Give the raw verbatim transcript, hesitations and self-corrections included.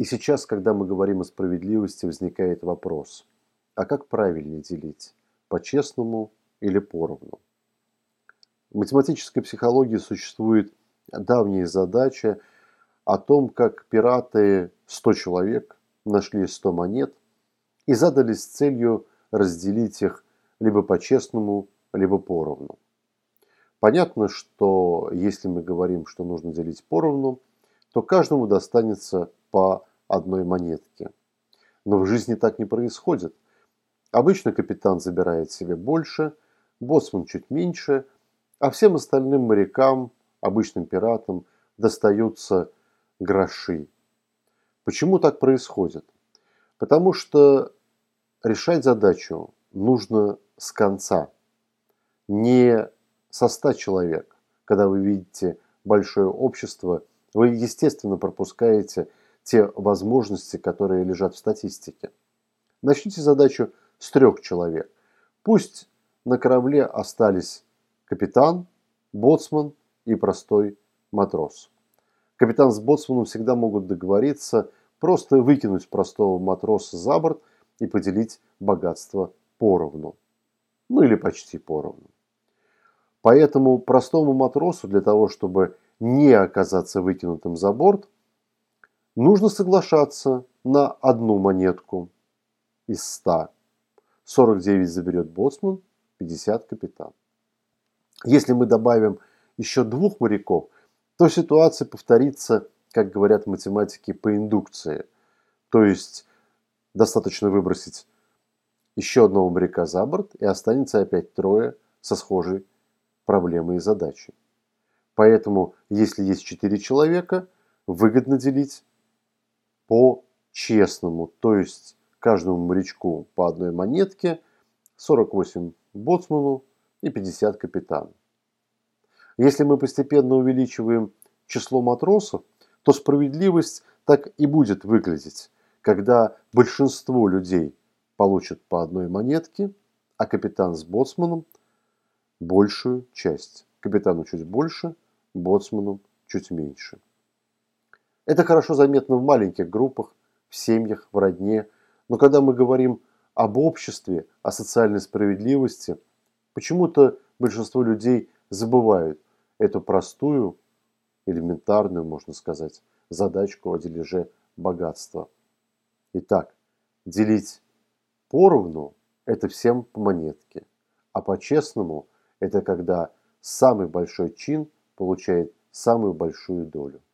И сейчас, когда мы говорим о справедливости, возникает вопрос: а как правильнее делить? По-честному или поровну? В математической психологии существует давняя задача о том, как пираты, сто человек, нашли сто монет и задались целью разделить их либо по-честному, либо поровну. Понятно, что если мы говорим, что нужно делить поровну, то каждому достанется по одной монетке. Но в жизни так не происходит. Обычно капитан забирает себе больше, боцман чуть меньше, а всем остальным морякам, обычным пиратам, достаются гроши. Почему так происходит? Потому что решать задачу нужно с конца, не со ста человек. Когда вы видите большое общество, вы, естественно, пропускаете те возможности, которые лежат в статистике. Начните задачу с трех человек. Пусть на корабле остались капитан, боцман и простой матрос. Капитан с боцманом всегда могут договориться просто выкинуть простого матроса за борт и поделить богатство поровну. Ну или почти поровну. Поэтому простому матросу для того, чтобы не оказаться выкинутым за борт, нужно соглашаться на одну монетку из ста. сорок девять заберет боцман, пятьдесят капитан. Если мы добавим еще двух моряков, то ситуация повторится, как говорят математики, по индукции. То есть достаточно выбросить еще одного моряка за борт, и останется опять трое со схожей проблемой и задачей. Поэтому, если есть четыре человека, выгодно делить по-честному, то есть каждому морячку по одной монетке, сорок восемь боцману и пятьдесят капитану. Если мы постепенно увеличиваем число матросов, то справедливость так и будет выглядеть, когда большинство людей получат по одной монетке, а капитан с боцманом большую часть. Капитану чуть больше, боцману чуть меньше. Это хорошо заметно в маленьких группах, в семьях, в родне. Но когда мы говорим об обществе, о социальной справедливости, почему-то большинство людей забывают эту простую, элементарную, можно сказать, задачку о дележе богатства. Итак, делить поровну – это всем по монетке, а по-честному – это когда самый большой чин получает самую большую долю.